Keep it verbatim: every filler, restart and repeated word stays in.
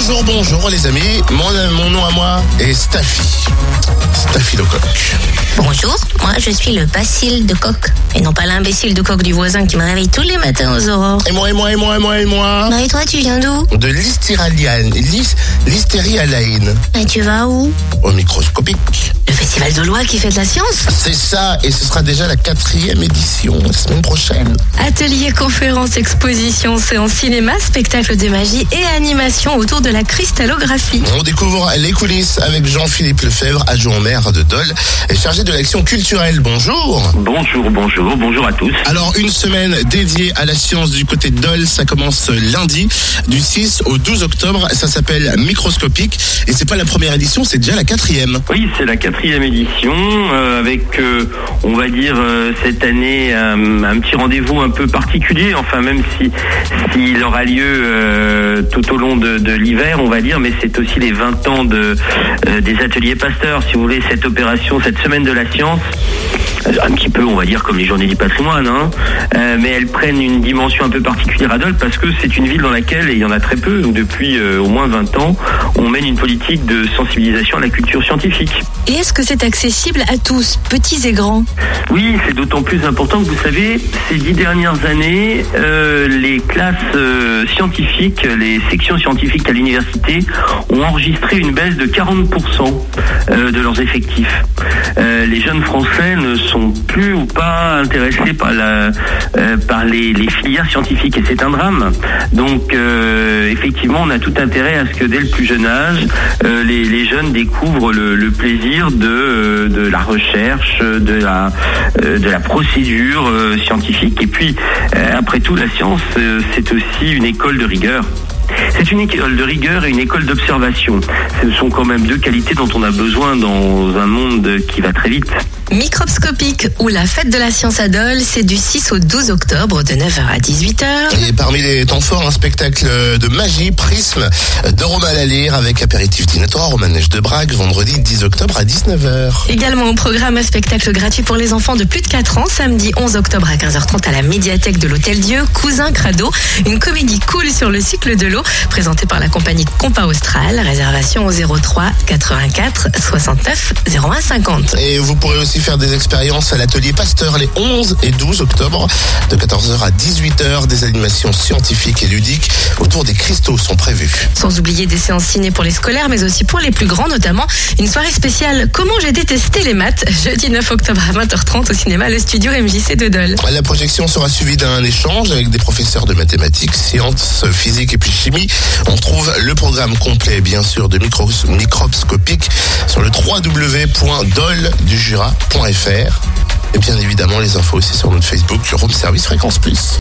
Bonjour, bonjour les amis, mon, mon nom à moi est Staffy, Staphylocoque. Bonjour, moi je suis le bacille de coq, et non pas l'imbécile de coq du voisin qui me réveille tous les matins aux aurores. Et moi, et moi, et moi, et moi, et moi Bah et toi, tu viens d'où? De l'hystérialiane, l'hys, l'hystérialaine. Et tu vas où? Au microscopique. Le festival de Loire qui fait de la science? C'est ça, et ce sera déjà la quatrième édition, la semaine prochaine. Ateliers, conférences, expositions, séances cinéma, spectacles de magie et animation autour de la cristallographie. On découvre les coulisses avec Jean-Philippe Lefebvre, adjoint au maire de Dole et chargé de l'action culturelle. Bonjour. Bonjour, bonjour, bonjour à tous. Alors, une semaine dédiée à la science du côté de Dole, ça commence lundi, du six au douze octobre. Ça s'appelle Microscopique et c'est pas la première édition, c'est déjà la quatrième. Oui, c'est la quatrième édition euh, avec, euh, on va dire, euh, cette année euh, un petit rendez-vous un peu particulier. Enfin, même si s'il aura lieu euh, tout au long de, de l'hiver, on va dire, mais c'est aussi les vingt ans de euh, des ateliers Pasteur. Si vous voulez, cette opération, cette semaine de la science, un petit peu, on va dire, comme les journées du patrimoine, hein, euh, mais elles prennent une dimension un peu particulière à Dole parce que c'est une ville dans laquelle, et il y en a très peu, où depuis euh, au moins vingt ans, on mène une politique de sensibilisation à la culture scientifique. Et est-ce que c'est accessible à tous, petits et grands? Oui, c'est d'autant plus important que vous savez, ces dix dernières années, euh, les classes euh, scientifiques, les sections scientifiques à l'université ont enregistré une baisse de quarante pour cent euh, de leurs effectifs. Euh, les jeunes Français ne sont plus ou pas intéressés par la euh, par les, les filières scientifiques et c'est un drame. Donc euh, effectivement, on a tout intérêt à ce que dès le plus jeune âge, euh, les, les jeunes découvrent le, le plaisir de euh, de la recherche, de la euh, de la procédure euh, scientifique. Et puis euh, après tout, la science, euh, c'est aussi une école de rigueur. C'est une école de rigueur et une école d'observation. Ce sont quand même deux qualités dont on a besoin dans un monde qui va très vite. Microscopique ou la fête de la science à Dole, c'est du six au douze octobre de neuf heures à dix-huit heures. Et parmi les temps forts, un spectacle de magie, Prisme, de Romain Lalire avec apéritif dînatoire au manège de Brague, vendredi dix octobre à dix-neuf heures. Également au programme, un spectacle gratuit pour les enfants de plus de quatre ans, samedi onze octobre à quinze heures trente à la médiathèque de l'Hôtel Dieu, Cousin Crado, une comédie cool sur le cycle de l'eau, présentée par la compagnie Compas Austral. Réservation au zéro trois quatre-vingt-quatre soixante-neuf zéro un cinquante. Et vous pourrez aussi faire des expériences à l'atelier Pasteur les onze et douze octobre de quatorze heures à dix-huit heures. Des animations scientifiques et ludiques autour des cristaux sont prévues. Sans oublier des séances ciné pour les scolaires, mais aussi pour les plus grands, notamment une soirée spéciale Comment j'ai détesté les maths, jeudi neuf octobre à vingt heures trente au cinéma Le Studio M J C de Dole. La projection sera suivie d'un échange avec des professeurs de mathématiques, sciences, physique et puis chimie. On trouve le programme complet, bien sûr, de micro- Microscopique sur le w w w point dole du jura point f r. Et bien évidemment, les infos aussi sur notre Facebook, Room Service Fréquence Plus.